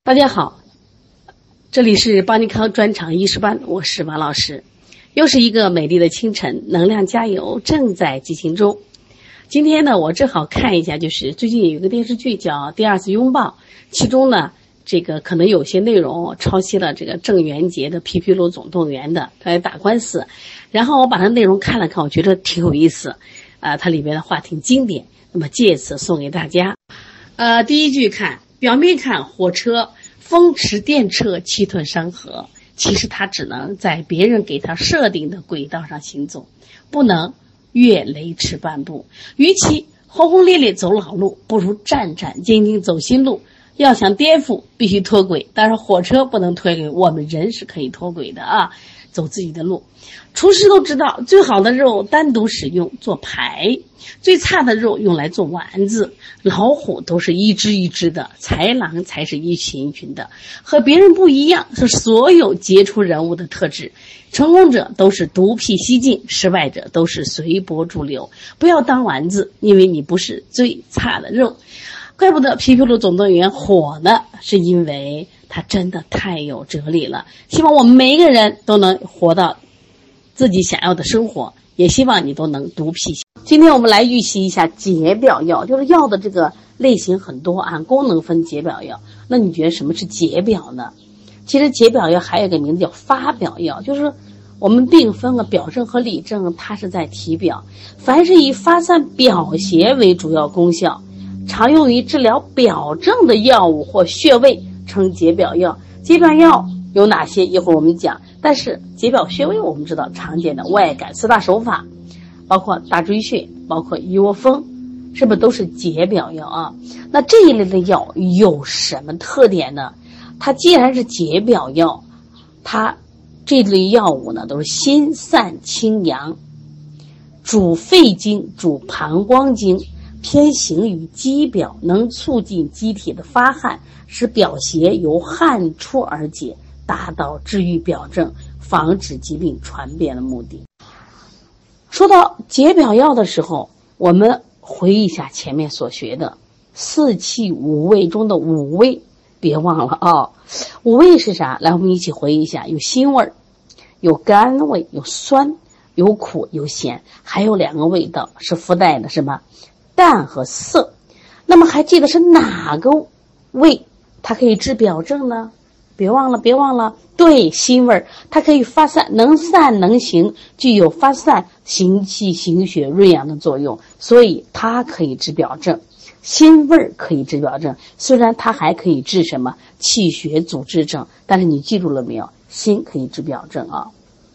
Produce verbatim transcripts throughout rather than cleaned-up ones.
大家好，这里是邦尼康专场医师班，我是王老师。又是一个美丽的清晨，能量加油正在进行中。今天呢，我正好看一下，就是最近有一个电视剧叫《第二次拥抱》，其中呢，这个可能有些内容抄袭了这个郑渊洁的《皮皮鲁总动员》的，他在打官司。然后我把它内容看了看，我觉得挺有意思，啊、呃，它里面的话挺经典。那么借此送给大家。呃，第一句看。表面看火车风驰电掣气吞山河，其实它只能在别人给它设定的轨道上行走，不能越雷池半步。与其轰轰烈烈走老路，不如战战兢兢走新路。要想颠覆必须脱轨，但是火车不能脱轨，我们人是可以脱轨的啊，走自己的路。厨师都知道，最好的肉单独使用做排，最差的肉用来做丸子。老虎都是一只一只的，豺狼才是一群一群的。和别人不一样是所有杰出人物的特质。成功者都是独辟蹊径，失败者都是随波逐流。不要当丸子，因为你不是最差的肉。怪不得皮皮鲁总动员火呢，是因为它真的太有哲理了。希望我们每一个人都能活到自己想要的生活，也希望你都能独辟。今天我们来预习一下解表药，就是药的这个类型很多，按功能分解表药。那你觉得什么是解表呢？其实解表药还有一个名字叫发表药，就是我们并分了表症和里症，它是在体表。凡是以发散表邪为主要功效，常用于治疗表症的药物或穴位称解表药。解表药有哪些？一会儿我们讲。但是解表穴位我们知道常见的外感四大手法，包括大椎穴，包括一窝蜂，是不是都是解表药啊？那这一类的药有什么特点呢？它既然是解表药，它这类药物呢都是心散清阳，主肺经，主膀胱经，偏行于肌表，能促进机体的发汗，使表邪由汗出而解，达到治愈表症、防止疾病传变的目的。说到解表药的时候，我们回忆一下前面所学的四气五味中的五味，别忘了啊、哦！五味是啥？来，我们一起回忆一下：有辛味，有甘味，有酸，有苦，有咸，还有两个味道是附带的，什么？淡和涩。那么还记得是哪个味它可以治表症呢？别忘了，别忘了，对，辛味，它可以发散，能散能行，具有发散、行气、行血、润养的作用，所以它可以治表症。辛味可以治表症，虽然它还可以治什么气血阻滞症，但是你记住了没有？辛可以治表症啊。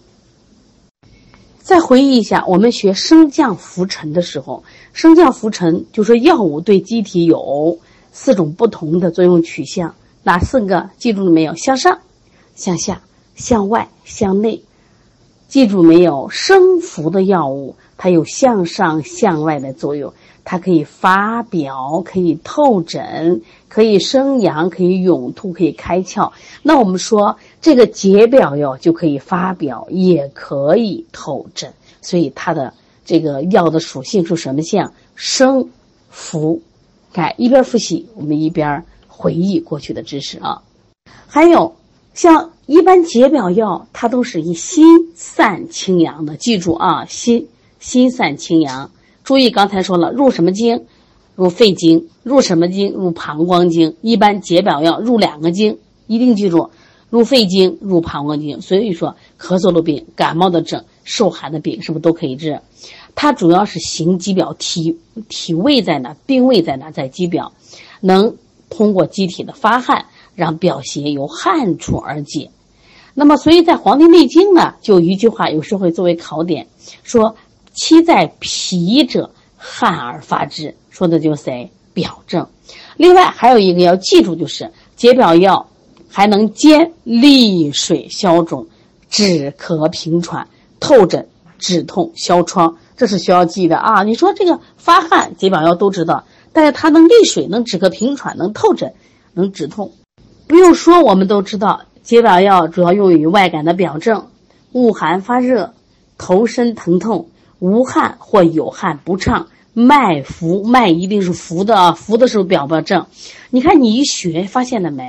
再回忆一下，我们学升降浮沉的时候，升降浮沉就是药物对机体有四种不同的作用取向。哪四个？记住了没有？向上、向下、向外、向内。记住没有？升浮的药物它有向上向外的作用，它可以发表，可以透疹，可以生阳，可以涌吐，可以开窍。那我们说这个解表药就可以发表，也可以透疹，所以它的这个药的属性是什么项？升浮。看，一边复习我们一边回忆过去的知识啊。还有像一般解表药它都是以心散清阳的，记住啊，心心散清阳。注意刚才说了，入什么经？入肺经。入什么经？入膀胱经。一般解表药入两个经，一定记住，入肺经，入膀胱经。所以说咳嗽的病、感冒的症、受寒的病是不是都可以治？它主要是行肌表，体体位在哪？病位在哪？在肌表，能通过机体的发汗，让表邪由汗出而解。那么所以在《黄帝内经》呢，就有一句话有时会作为考点，说期在脾者，汗而发之，说的就是谁？表症。另外还有一个要记住，就是解表药还能兼利水消肿、止咳平喘、透疹、止痛消疮，这是需要记的啊。你说这个发汗解表药都知道，但是它能利水，能止咳平喘，能透疹，能止痛。不用说，我们都知道解表药主要用于外感的表症，恶寒发热、头身疼痛、无汗或有汗不畅、脉浮，脉一定是浮的啊，浮的时候表表症。你看你一学发现了没？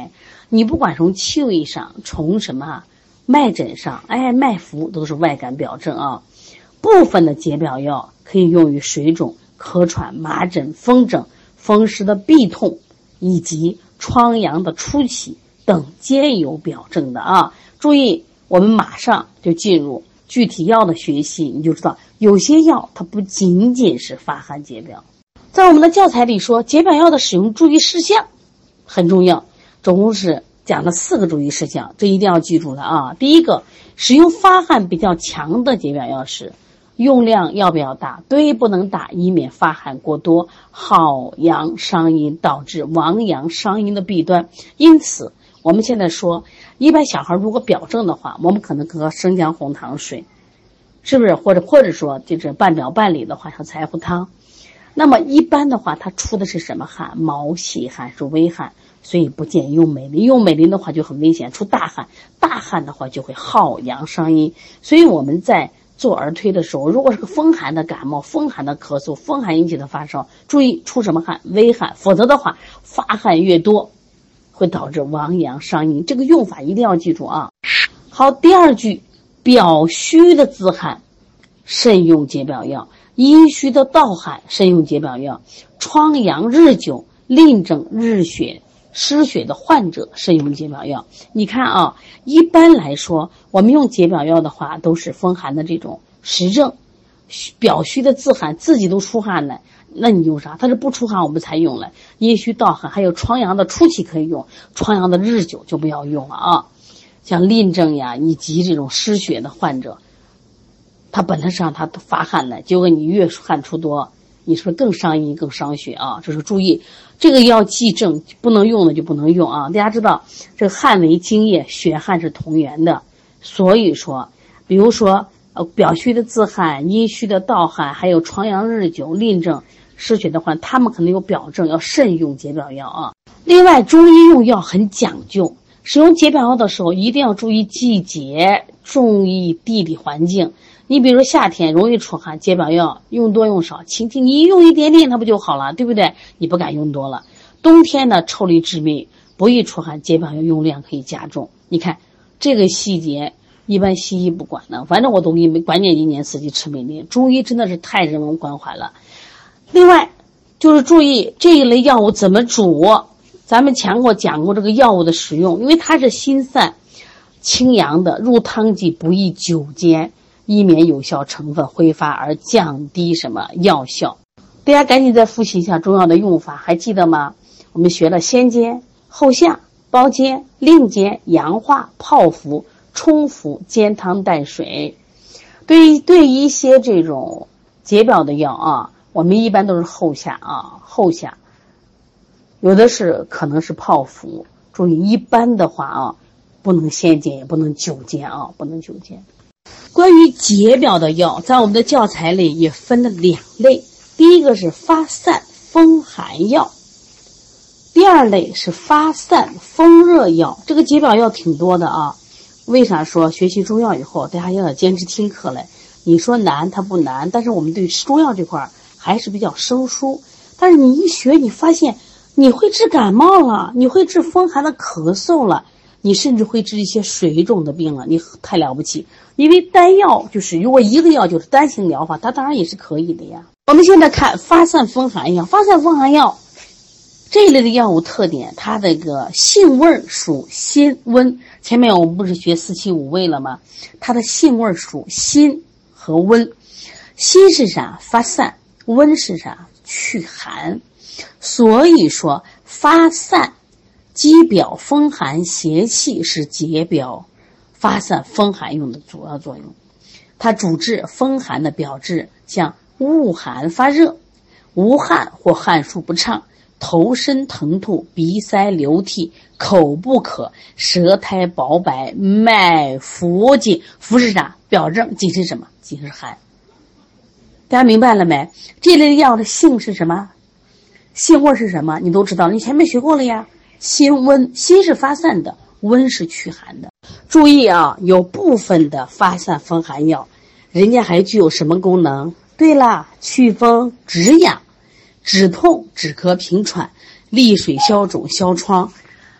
你不管从气味上，从什么脉诊上，哎，脉浮都是外感表证啊。部分的解表药可以用于水肿、咳喘、麻疹、风疹、风湿的痹痛以及疮疡的初起等皆有表证的啊。注意，我们马上就进入具体药的学习，你就知道有些药它不仅仅是发汗解表。在我们的教材里说，解表药的使用注意事项很重要，总共是讲了四个注意事项，这一定要记住了啊。第一个，使用发汗比较强的解表药时，用量要不要大？对，不能大，以免发汗过多，耗阳伤阴，导致亡阳伤阴的弊端。因此，我们现在说，一般小孩如果表证的话，我们可能喝生姜红糖水，是不是？或者或者说就是半表半里的话，像柴胡汤。那么一般的话，它出的是什么汗？毛细汗，是微汗，所以不建议用美林。用美林的话就很危险，出大汗，大汗的话就会耗阳伤阴。所以我们在做儿推的时候，如果是个风寒的感冒、风寒的咳嗽、风寒引起的发烧，注意出什么汗？微汗，否则的话发汗越多会导致亡阳伤阴，这个用法一定要记住啊。好，第二句，表虚的自汗慎用解表药，阴虚的盗汗慎用解表药，疮疡日久、淋症日血失血的患者慎用解表药。你看啊，一般来说我们用解表药的话都是风寒的这种实症，表虚的自汗自己都出汗了，那你用啥？它是不出汗我们才用了。阴虚盗汗还有疮疡的初期可以用，疮疡的日久就不要用了啊。像淋症呀以及这种失血的患者，他本来上他发汗了，结果你越汗出多，你是不是更伤阴更伤血啊？这是注意，这个要记正，不能用的就不能用啊。大家知道这个汗为津液，血汗是同源的，所以说比如说呃表虚的自汗、阴虚的盗汗，还有疮疡日久、淋症失血的患，他们可能有表证，要慎用解表药啊。另外，中医用药很讲究，使用解表药的时候一定要注意季节，注意地理环境。你比如说夏天容易出汗，解表药用多用少，轻轻你用一点点它不就好了，对不对？你不敢用多了。冬天呢臭力致命，不易出汗，解表药用量可以加重。你看这个细节一般西医不管的，反正我都给你管你一年四季吃美林。中医真的是太人文关怀了。另外就是注意这一类药物怎么煮，咱们前过讲过这个药物的使用，因为它是辛散清阳的，入汤剂不宜久煎，以免有效成分挥发而降低什么药效。大家赶紧再复习一下中药的用法，还记得吗？我们学了先煎、后下、包煎、另煎、阳化、泡服、冲服、煎汤淡水。对于对一些这种解表的药啊，我们一般都是后下啊，后下。有的是可能是泡服，注意一般的话啊，不能先煎，也不能久煎啊，不能久煎。关于解表的药，在我们的教材里也分了两类，第一个是发散风寒药，第二类是发散风热药。这个解表药挺多的啊，为啥说学习中药以后大家要坚持听课嘞？你说难它不难，但是我们对中药这块还是比较生疏。但是你一学你发现你会治感冒了，你会治风寒的咳嗽了，你甚至会治一些水肿的病了，你太了不起。因为单药就是如果一个药就是单行疗法，它当然也是可以的呀。我们现在看发散风寒药，发散风寒药这一类的药物特点，它这个性味属辛温。前面我们不是学四气五味了吗？它的性味属辛和温。辛是啥？发散。温是啥？去寒。所以说发散击表风寒邪气是解表发散风寒用的主要作用。它主治风寒的表质，像恶寒发热、无汗或汗数不畅、头身疼痛、鼻塞流涕、口不渴、舌苔薄白、脉浮紧。浮是啥？表证。紧是什么？紧是寒。大家明白了没？这类药的性是什么？性味是什么？你都知道，你前面学过了呀。辛温，辛是发散的，温是驱寒的。注意啊，有部分的发散风寒药，人家还具有什么功能？对了，祛风止痒、止痛、止咳平喘、利水消肿消疮。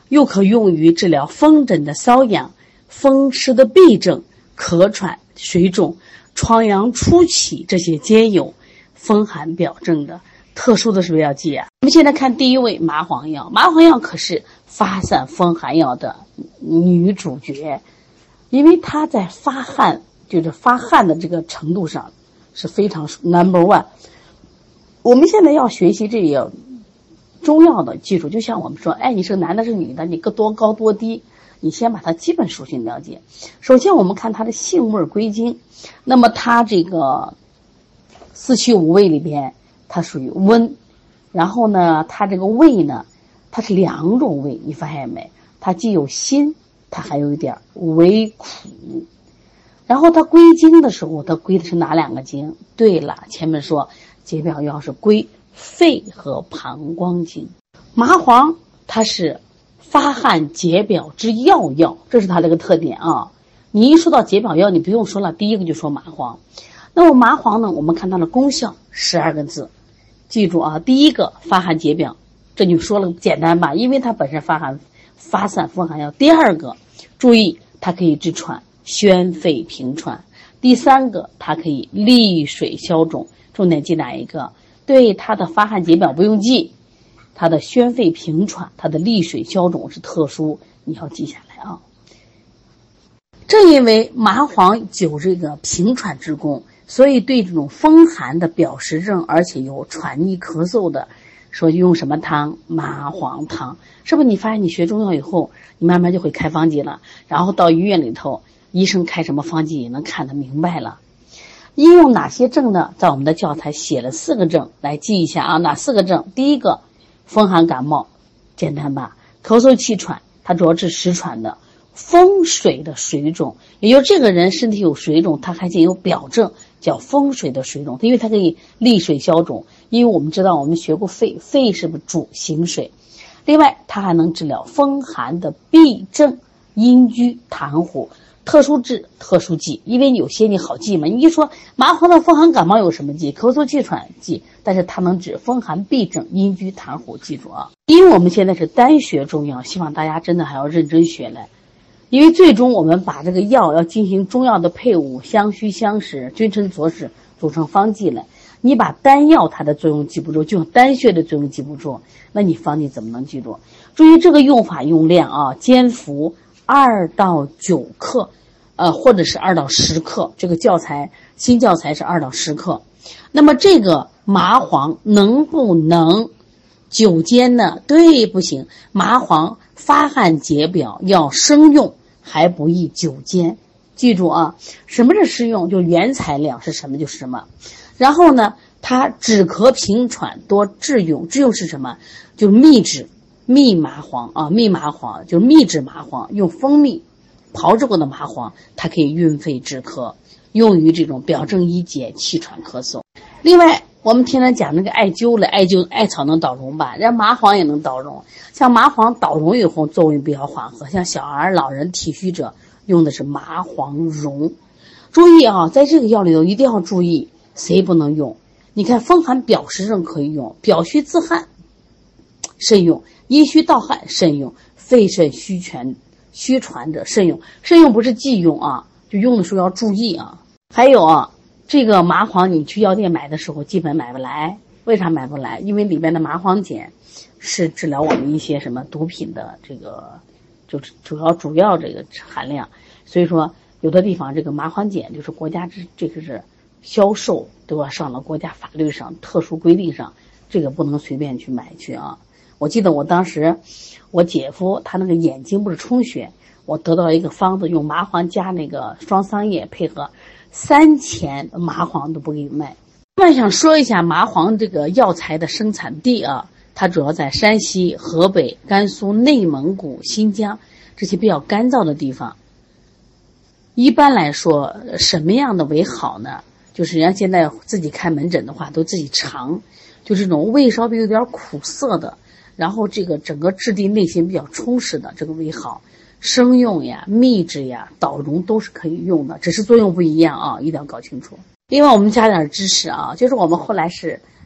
又可用于治疗风疹的瘙痒、风湿的痹症、咳喘、水肿、疮疡初起，这些皆有风寒表症的。特殊的是不是要记啊？我们现在看第一位麻黄药，麻黄药可是发散风寒药的女主角，因为它在发汗，就是发汗的这个程度上是非常 number one。我们现在要学习这个中药的基础，就像我们说，哎，你是男的是女的，你个多高多低，你先把它基本属性了解。首先我们看它的性味归经，那么它这个四气五味里边，它属于温，然后呢，它这个味呢，它是两种味，你发现没？它既有辛，它还有一点微苦。然后它归经的时候，它归的是哪两个经？对了，前面说解表药是归肺和膀胱经。麻黄它是发汗解表之要药，这是它这个特点啊。你一说到解表药，你不用说了，第一个就说麻黄。那么麻黄呢，我们看它的功效十二个字，记住啊，第一个发汗解表，这就说了简单吧，因为它本身发汗发散风寒药。第二个，注意它可以治喘，宣肺平喘。第三个，它可以利水消肿，重点记哪一个？对，它的发汗解表不用记，它的宣肺平喘，它的利水消肿是特殊，你要记下来啊。正因为麻黄有这个平喘之功，所以对这种风寒的表实症，而且有喘逆咳嗽的，说用什么汤？麻黄汤。是不是你发现你学中药以后，你慢慢就会开方剂了，然后到医院里头，医生开什么方剂也能看得明白了。应用哪些症呢？在我们的教材写了四个症，来记一下啊。哪四个症？第一个，风寒感冒，简单吧？咳嗽气喘，它主要治实喘的。风水的水肿，也就是这个人身体有水肿，他还仅有表症，叫风水的水肿，因为它可以利水消肿。因为我们知道，我们学过肺，肺是不是主行水？另外，它还能治疗风寒的痹症、阴居、痰火。特殊治特殊记，因为有些你好记嘛，你一说麻黄的风寒感冒有什么记？咳嗽气喘记，但是它能治风寒痹症、阴居痰火，记住啊。因为我们现在是单学中药，希望大家真的还要认真学来，因为最终我们把这个药要进行中药的配伍，相虚相识，君臣佐使，组成方剂来。你把单药它的作用记不住，就单穴的作用记不住，那你方剂怎么能记住？注意这个用法用量啊，煎服二到九克。呃，或者是二到十克，这个教材新教材是二到十克。那么这个麻黄能不能久煎呢？对，不行。麻黄发汗解表要生用，还不宜久煎。记住啊，什么是生用？就原材料是什么就是什么。然后呢，它止咳平喘，多治用。治用是什么？就是秘制秘麻黄啊，秘麻黄就是秘制麻黄，用蜂蜜炮制过的麻黄，它可以润肺止咳，用于这种表症一解、气喘咳嗽。另外，我们天天讲那个艾灸了，艾灸艾草能导绒吧？人家麻黄也能导绒。像麻黄导绒以后作用比较缓和，像小儿、老人、体虚者用的是麻黄绒。注意啊，在这个药里头一定要注意，谁不能用？你看风寒表实症可以用，表虚自汗慎用，阴虚盗汗慎用，肺肾虚全虚传者慎用。慎用不是忌用啊，就用的时候要注意啊。还有啊，这个麻黄你去药店买的时候基本买不来。为啥买不来？因为里边的麻黄碱是治疗我们一些什么毒品的这个就是主要主要这个含量，所以说有的地方这个麻黄碱就是国家这这个是销售都要上了国家法律上特殊规定上，这个不能随便去买去啊。我记得我当时我姐夫他那个眼睛不是充血，我得到一个方子，用麻黄加那个双桑叶配合，三钱麻黄都不给你卖。另外想说一下麻黄这个药材的生产地啊，它主要在山西、河北、甘肃、内蒙古、新疆这些比较干燥的地方。一般来说什么样的为好呢？就是人家现在自己开门诊的话都自己尝，就这种味稍微有点苦涩的，然后这个整个质地内心比较充实的，这个为好。生用呀、秘制呀、导绒都是可以用的，只是作用不一样啊，一定要搞清楚。另外我们加点知识啊，就是我们后来是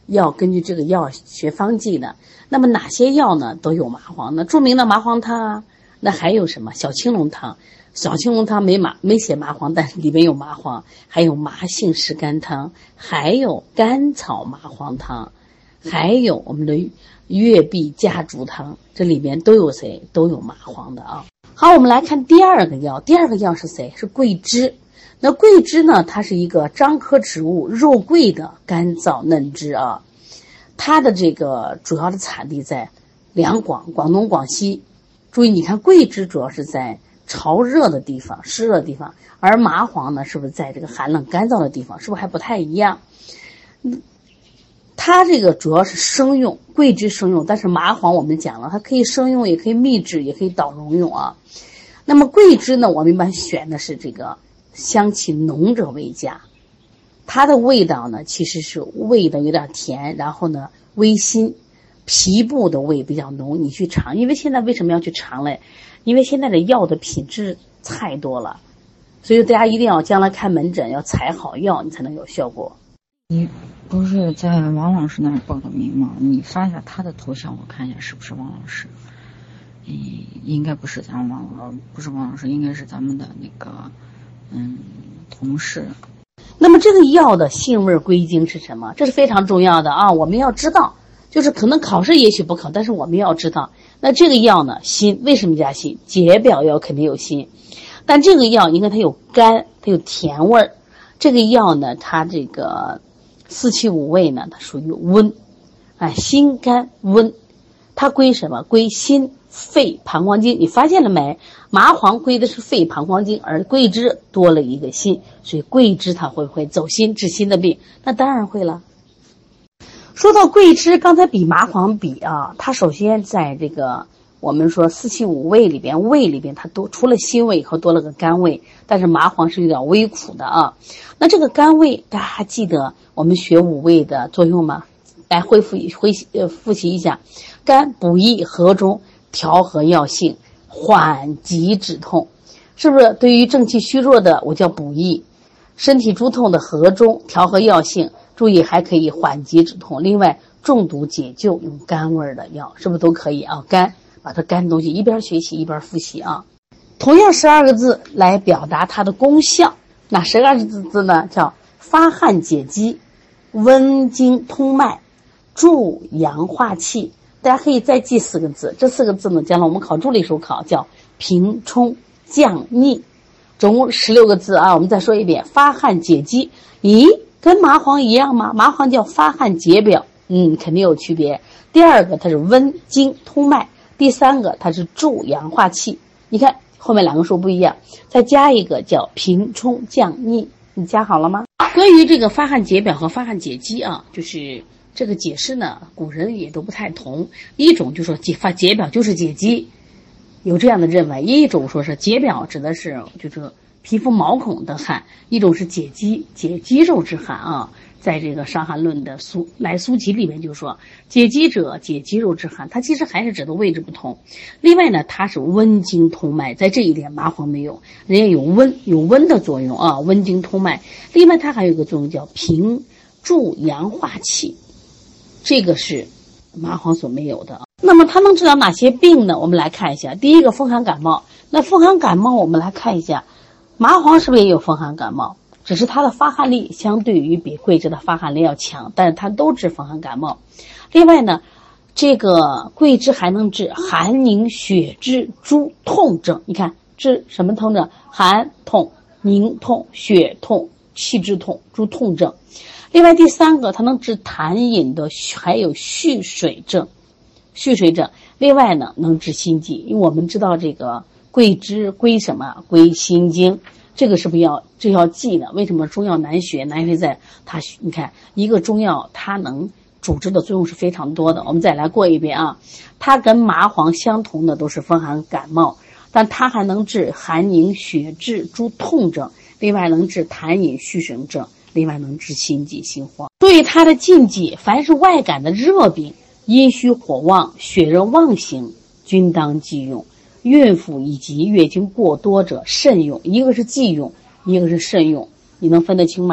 要根据这个药学方剂的。那么哪些药呢都有麻黄呢？著名的麻黄汤啊，那还有什么小青龙汤？小青龙汤没麻没写麻黄，但是里面有麻黄，还有麻杏石甘汤，还有甘草麻黄汤，还有我们的月碧夹竹汤，这里面都有谁？都有麻黄的啊。好，我们来看第二个药，第二个药是谁？是桂枝。那桂枝呢，它是一个樟科植物肉桂的干燥嫩枝啊。它的这个主要的产地在两广、广东、广西。注意，你看桂枝主要是在潮热的地方、湿热的地方，而麻黄呢，是不是在这个寒冷干燥的地方？是不是还不太一样？嗯，它这个主要是生用，桂枝生用，但是麻黄我们讲了，它可以生用，也可以秘制，也可以捣溶用啊。那么桂枝呢，我们一般选的是这个香气浓者为佳。它的味道呢，其实是味道有点甜，然后呢微辛，皮部的味比较浓。你去尝，因为现在为什么要去尝嘞？因为现在的药的品质太多了，所以大家一定要将来看门诊要采好药，你才能有效果。 你不是在王老师那儿报的名吗？你发一下他的头像，我看一下是不是王老师。嗯，应该不是咱们王老，不是王老师，应该是咱们的那个嗯同事。 那么这个药的性味归经是什么？这是非常重要的啊！我们要知道，就是可能考试也许不考，但是我们要知道。那这个药呢，辛，为什么加辛？解表药肯定有辛，但这个药你看它有甘，它有甜味儿。这个药呢，它这个四气五味呢，它属于温，哎，辛甘温，它归什么？归心肺膀胱经。你发现了没？麻黄归的是肺膀胱经，而桂枝多了一个心，所以桂枝它会不会走心治心的病？那当然会了。说到桂枝，刚才比麻黄比啊，它首先在这个我们说四气五味里边，味里边它多除了辛味以后多了个甘味，但是麻黄是有点微苦的啊。那这个甘味，大家还记得我们学五味的作用吗？来恢复回呃复习一下，甘补益和中，调和药性，缓急止痛，是不是？对于正气虚弱的，我叫补益；身体诸痛的和中，调和药性。注意还可以缓急止痛，另外中毒解救用甘味的药，是不是都可以啊？甘，把这甘东西一边学习一边复习啊。同样十二个字来表达它的功效，那十二个字呢叫发汗解肌，温经通脉，助阳化气。大家可以再记四个字，这四个字呢将来我们考助理时候考，叫平冲降逆，总共十六个字啊。我们再说一遍，发汗解肌。咦，跟麻黄一样吗？麻黄叫发汗解表，嗯，肯定有区别。第二个它是温经通脉，第三个它是助阳化气。你看后面两个说不一样，再加一个叫平冲降逆，你加好了吗？关于这个发汗解表和发汗解肌啊，就是这个解释呢，古人也都不太同。一种就说解发解表就是解肌，有这样的认为；一种说是解表指的是就是皮肤毛孔的汗，一种是解肌，解肌肉之汗啊。在这个《伤寒论》的苏来苏集里面就说，解肌者解肌肉之汗，它其实还是指的位置不同。另外呢，它是温经通脉，在这一点麻黄没有，人家有温有温的作用啊，温经通脉。另外它还有一个作用叫平助阳化气，这个是麻黄所没有的。那么它能治疗哪些病呢？我们来看一下。第一个风寒感冒，那风寒感冒我们来看一下，麻黄是不是也有风寒感冒？只是它的发汗力相对于比桂枝的发汗力要强，但是它都治风寒感冒。另外呢，这个桂枝还能治寒凝血滞诸痛症。你看治什么痛症？寒痛、凝痛、血痛、气滞痛诸痛症。另外第三个，它能治痰饮的还有蓄水症，蓄水症。另外呢，能治心悸，因为我们知道这个桂枝归什么？归心经。这个是不是要这要记的？为什么中药难学？难学在它，你看一个中药它能主治的作用是非常多的。我们再来过一遍啊，它跟麻黄相同的都是风寒感冒，但它还能治寒凝血滞诸痛症，另外能治痰饮蓄水症，另外能治心悸心慌。对它的禁忌，凡是外感的热病、阴虚火旺、血热妄行，均当忌用。孕妇以及月经过多者慎用，一个是忌用，一个是慎用，你能分得清吗？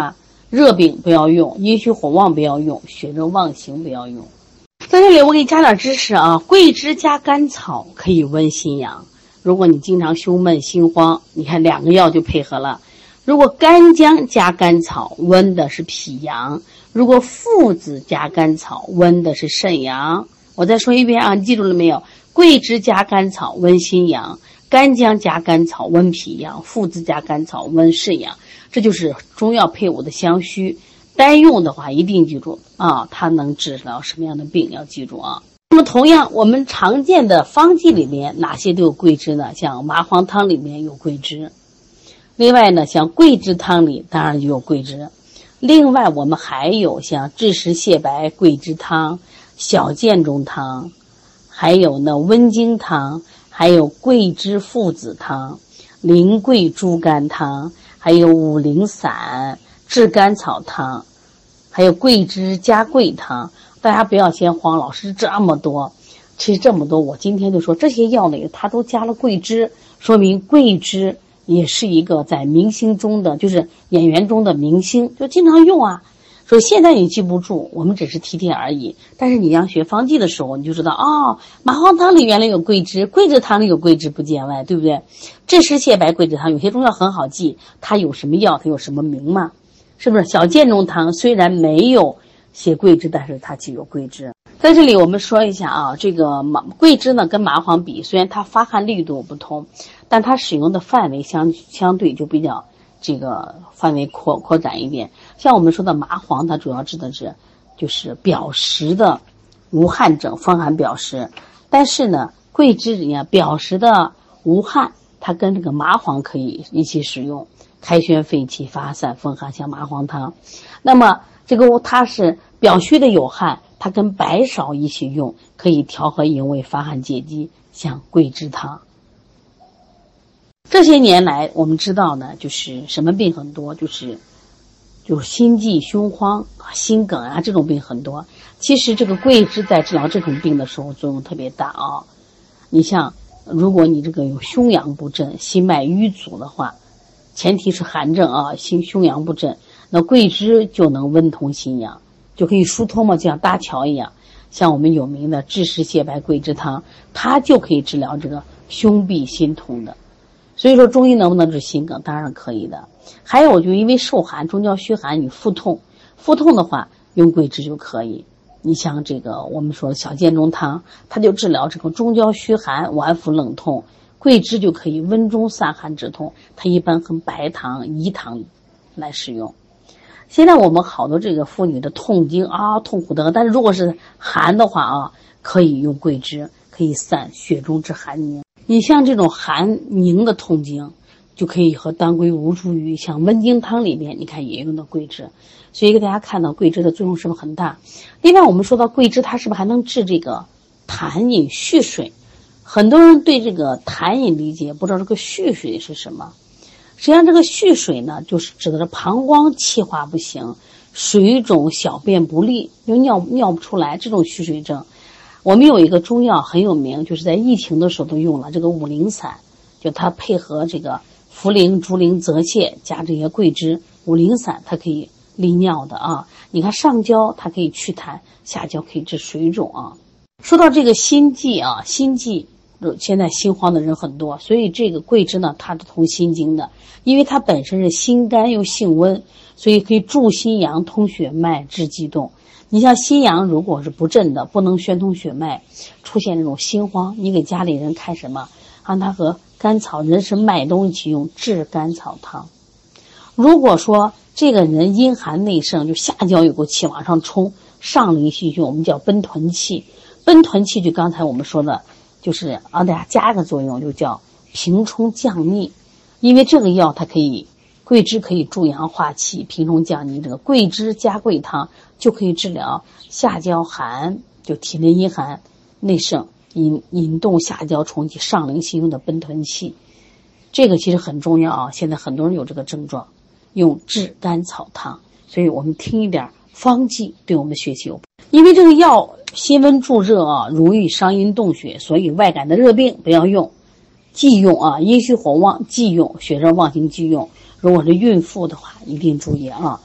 热病不要用，阴虚火旺不要用，血热妄行不要用。在这里我给你加点知识啊，桂枝加甘草可以温心阳。如果你经常胸闷心慌，你看两个药就配合了。如果干姜加甘草，温的是脾阳；如果附子加甘草，温的是肾阳。我再说一遍啊，你记住了没有？桂枝加甘草温心阳，干姜加甘草温脾阳，附子加甘草温肾阳。这就是中药配伍的相需。单用的话一定记住啊，它能治疗什么样的病要记住啊。那么同样我们常见的方剂里面哪些都有桂枝呢？像麻黄汤里面有桂枝，另外呢像桂枝汤里当然就有桂枝，另外我们还有像枳实泻白桂枝汤、小建中汤，还有呢温经汤，还有桂枝附子汤、苓桂猪肝汤，还有五苓散炙甘草汤，还有桂枝加桂汤。大家不要先慌，老师这么多，其实这么多我今天就说这些药里它都加了桂枝，说明桂枝也是一个在明星中的，就是演员中的明星，就经常用啊。说现在你记不住，我们只是提提而已，但是你要学方剂的时候你就知道哦，麻黄汤里原来有桂枝，桂枝汤里有桂枝不见外，对不对？枳实泻白桂枝汤有些中药很好记，它有什么药它有什么名嘛，是不是？小建中汤虽然没有写桂枝，但是它既有桂枝。在这里我们说一下啊，这个麻桂枝呢跟麻黄比，虽然它发汗力度不同，但它使用的范围相相对就比较这个范围扩扩展一点。像我们说的麻黄，它主要指的是就是表实的无汗症，风寒表实。但是呢，桂枝人家表实的无汗，它跟这个麻黄可以一起使用，开宣肺气、发散风寒，像麻黄汤。那么这个它是表虚的有汗，它跟白芍一起用，可以调和营卫、发汗解肌，像桂枝汤。这些年来我们知道呢，就是什么病很多，就是就是心悸、胸慌、心梗啊，这种病很多。其实这个桂枝在治疗这种病的时候作用特别大啊。你像如果你这个有胸阳不振、心脉瘀阻的话，前提是寒症啊，心胸阳不振，那桂枝就能温通心阳，就可以疏通嘛，就像搭桥一样。像我们有名的枳实泻白桂枝汤，它就可以治疗这个胸痹心痛的。所以说中医能不能治心梗？当然可以的。还有就因为受寒，中焦虚寒，你腹痛，腹痛的话用桂枝就可以。你像这个我们说的小建中汤，它就治疗这个中焦虚寒、脘腹冷痛，桂枝就可以温中散寒止痛。它一般和白糖、饴糖来使用。现在我们好多这个妇女的痛经啊，痛苦的，但是如果是寒的话啊，可以用桂枝，可以散血中之寒凝。你像这种寒凝的痛经，就可以和当归、吴茱萸，像温经汤里面，你看也用到桂枝。所以给大家看到桂枝的作用是不是很大？另外我们说到桂枝，它是不是还能治这个痰饮蓄水？很多人对这个痰饮理解不知道这个蓄水是什么。实际上这个蓄水呢，就是指的是膀胱气化不行，水肿、小便不利，就尿尿不出来，这种蓄水症。我们有一个中药很有名，就是在疫情的时候都用了这个五苓散，就它配合这个茯苓、竹苓、泽泻加这些桂枝，五苓散它可以利尿的啊。你看上焦它可以祛痰，下焦可以治水肿啊。说到这个心悸啊，心悸现在心慌的人很多，所以这个桂枝呢，它是通心经的，因为它本身是心肝又性温，所以可以助心阳、通血脉、治悸动。你像心阳如果是不振的，不能宣通血脉，出现这种心慌，你给家里人开什么？让他和甘草、人参、麦冬一起用炙甘草汤。如果说这个人阴寒内盛，就下焦有股气往上冲，上陵心胸，我们叫奔豚气。奔豚气就刚才我们说的，就是让大家加个作用，就叫平冲降逆。因为这个药它可以，桂枝可以助阳化气、平冲降逆，这个桂枝加桂汤就可以治疗下焦寒，就体内阴寒内盛，引引动下焦冲击上陵心胸的奔豚气。这个其实很重要啊，现在很多人有这个症状，用炙甘草汤。所以我们听一点方剂对我们学习有帮助。因为这个药辛温助热啊，容易伤阴动血，所以外感的热病不要用，忌用啊，阴虚火旺忌用，血热妄行忌用。如果是孕妇的话一定注意啊，这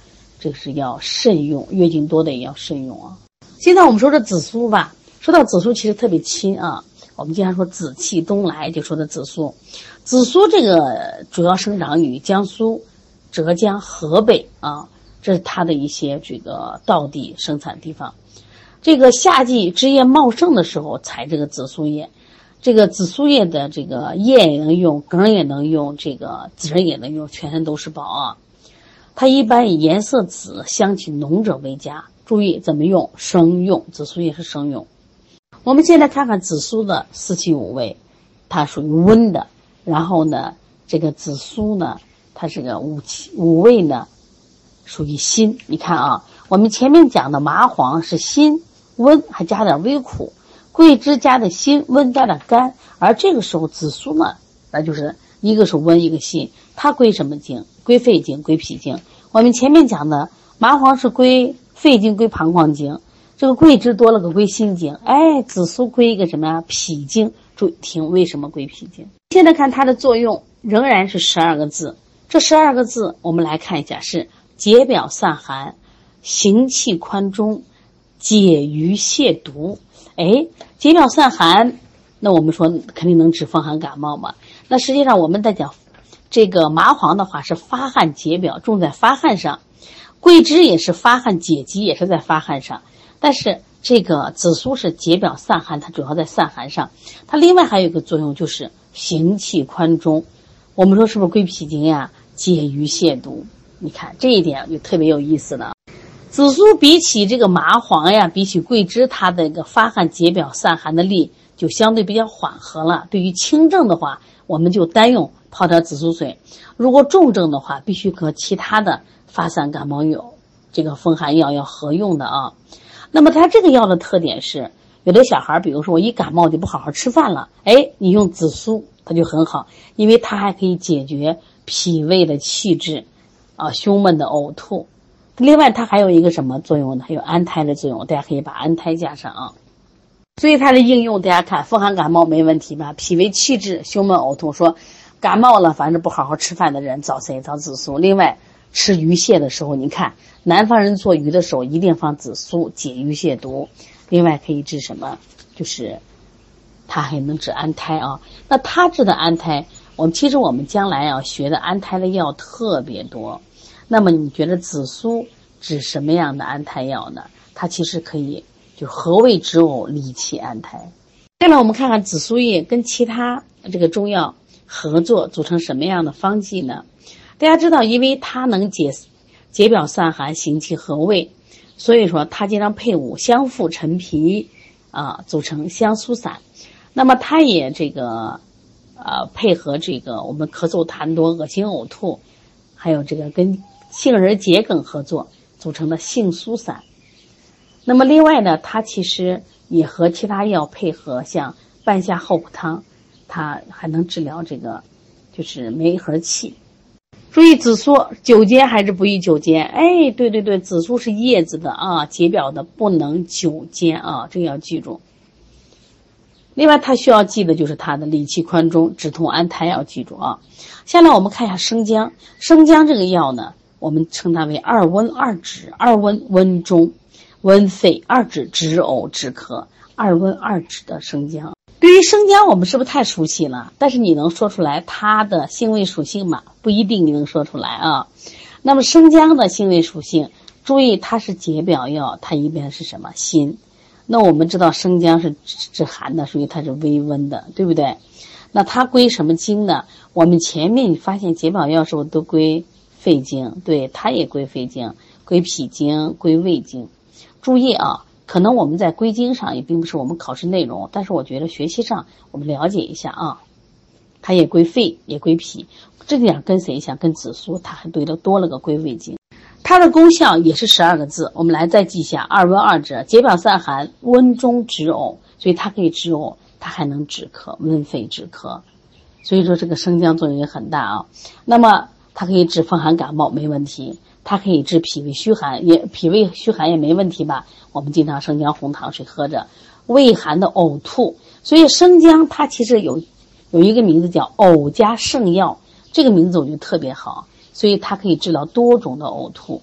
这个是要慎用，月经多的也要慎用啊。现在我们说这紫苏吧，说到紫苏其实特别亲啊，我们经常说紫气东来，就说的紫苏。紫苏这个主要生长于江苏、浙江、河北啊，这是它的一些这个稻地生产地方。这个夏季枝叶茂盛的时候采这个紫苏叶，这个紫苏叶的这个叶也能用，梗也能用，这个籽也能用，全身都是宝啊。它一般以颜色紫、香气浓者为佳。注意怎么用，生用，紫苏叶是生用。我们现在看看紫苏的四气五味，它属于温的。然后呢，这个紫苏呢，它是个五气五味呢，属于辛。你看啊，我们前面讲的麻黄是辛温，还加点微苦；桂枝加的辛温，加点甘。而这个时候紫苏呢，那就是一个是温，一个辛。它归什么经？归肺经，归脾经。我们前面讲的麻黄是归肺经，归膀胱经。这个桂枝多了个归心经，哎，紫苏归一个什么呀？脾经。注意听，为什么归脾经？现在看它的作用仍然是十二个字。这十二个字我们来看一下，是解表散寒、行气宽中、解郁泻毒。哎，解表散寒，那我们说肯定能治风寒感冒嘛。那实际上我们在讲这个麻黄的话是发汗解表，重在发汗上。桂枝也是发汗解疾，也是在发汗上。但是这个紫苏是解表散寒，它主要在散寒上。它另外还有一个作用就是行气宽中。我们说是不是归脾经呀？解郁泻毒。你看这一点就特别有意思了。紫苏比起这个麻黄呀，比起桂枝，它的一个发汗解表散寒的力就相对比较缓和了。对于轻症的话，我们就单用泡点紫苏水；如果重症的话，必须和其他的发散感冒药、这个风寒药要合用的啊。那么它这个药的特点是，有的小孩比如说我一感冒就不好好吃饭了，哎，你用紫苏它就很好，因为它还可以解决脾胃的气滞啊、胸闷的呕吐。另外它还有一个什么作用呢？还有安胎的作用，大家可以把安胎加上啊。所以它的应用大家看，风寒感冒没问题吧？脾胃气滞、胸闷呕吐，说感冒了反正不好好吃饭的人找谁？找紫苏。另外吃鱼蟹的时候，你看南方人做鱼的时候一定放紫苏，解鱼蟹毒。另外可以治什么？就是它还能治安胎啊。那它治的安胎，我们其实我们将来要学的安胎的药特别多。那么你觉得紫苏治什么样的安胎药呢？它其实可以就和胃止呕、理气安胎。再来我们看看紫苏叶跟其他这个中药合作组成什么样的方剂呢？大家知道，因为它能解解表散寒、行气和胃，所以说它经常配伍香附、陈皮啊，组成香苏散。那么它也这个呃配合这个我们咳嗽痰多、恶心呕吐，还有这个跟杏仁桔梗合作组成的杏苏散。那么另外呢，它其实也和其他药配合，像半夏厚朴汤，它还能治疗这个就是梅核气。注意紫苏久煎还是不宜久煎？哎，对对对，紫苏是叶子的啊，解表的，不能久煎啊，这个要记住。另外它需要记的就是它的理气宽中、止痛安胎，要记住啊。下来我们看一下生姜，生姜这个药呢，我们称它为二温二止，二温温中，温肺，二止止呕止咳，二温二止的生姜。对于生姜我们是不是太熟悉了？但是你能说出来它的性味属性吗？不一定你能说出来啊。那么生姜的性味属性，注意它是解表药，它一般是什么？辛。那我们知道生姜是治寒的，所以它是微温的，对不对？那它归什么经呢？我们前面你发现解表药是不是都归肺经？对，它也归肺经，归脾经，归胃经。注意啊，可能我们在归经上也并不是我们考试内容，但是我觉得学习上我们了解一下啊。它也归肺，也归脾，这点跟谁像？跟紫苏，它还对了多了个归胃经。它的功效也是十二个字，我们来再记一下：二温二止，解表散寒，温中止呕，所以它可以止呕，它还能止咳，温肺止咳。所以说这个生姜作用也很大啊。那么它可以治风寒感冒，没问题。它可以治脾胃虚寒，也脾胃虚寒也没问题吧？我们经常生姜红糖水喝着，胃寒的呕吐。所以生姜它其实有有一个名字叫呕加圣药，这个名字我觉得特别好，所以它可以治疗多种的呕吐。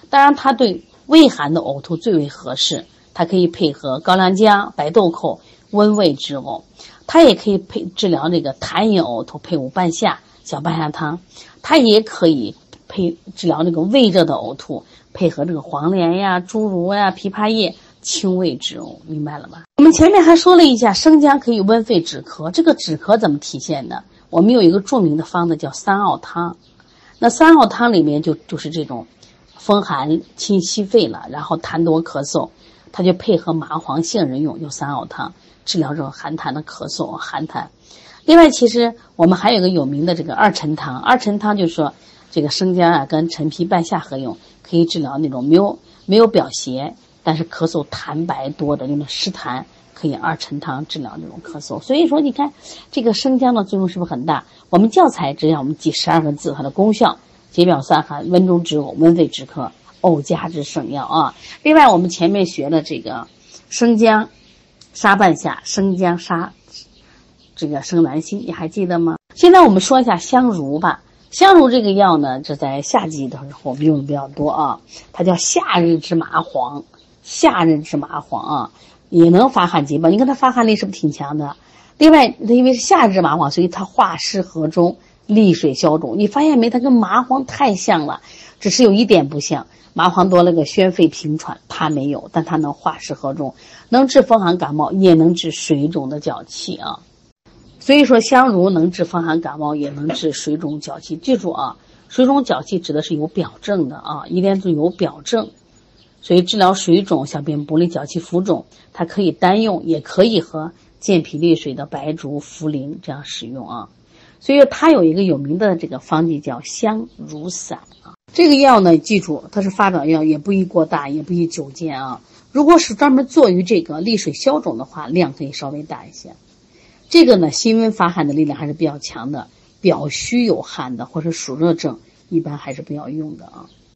当然它对胃寒的呕吐最为合适，它可以配合高良姜、白豆蔻温胃止呕，它也可以配治疗这个痰饮呕吐，配伍半夏、小半夏汤，它也可以配治疗这个胃热的呕吐，配合这个黄连呀、猪乳呀、枇杷叶清胃止呕，明白了吧？我们前面还说了一下生姜可以温肺止咳，这个止咳怎么体现的？我们有一个著名的方子叫三奥汤，那三奥汤里面就就是这种风寒侵袭肺了，然后痰多咳嗽，它就配合麻黄杏仁用，用三奥汤治疗这种寒痰的咳嗽寒痰。另外其实我们还有一个有名的这个二陈汤，二陈汤就是说这个生姜啊跟陈皮半夏合用，可以治疗那种没有没有表邪但是咳嗽痰白多的那种湿痰，可以二陈汤治疗这种咳嗽。所以说你看这个生姜的作用是不是很大？我们教材只让我们记十二个字它的功效：解表散寒、温中止呕、温肺止咳、呕加之圣药啊。另外我们前面学了这个生姜杀半夏，生姜杀这个生南星，你还记得吗？现在我们说一下香茹吧。香茹这个药呢，这在夏季的时候我们用的比较多啊，它叫夏日之麻黄，夏日之麻黄啊，也能发汗解表。你看它发汗力是不是挺强的？另外它因为是夏日之麻黄，所以它化湿和中，利水消肿。你发现没？它跟麻黄太像了，只是有一点不像，麻黄多了个宣肺平喘，它没有，但它能化湿和中，能治风寒感冒，也能治水肿的脚气啊。所以说香茹能治风寒感冒，也能治水肿脚气。记住啊，水肿脚气指的是有表症的啊，一定是有表症。所以治疗水肿、小便不利、脚气浮肿，它可以单用，也可以和健脾利水的白术、茯苓这样使用啊。所以它有一个有名的这个方剂叫香茹散啊。这个药呢，记住它是发长药，也不宜过大，也不宜久见啊。如果是专门做于这个利水消肿的话，量可以稍微大一些。这个呢，辛温发汗的力量还是比较强的，表虚有汗的或者暑热症一般还是不要用的啊。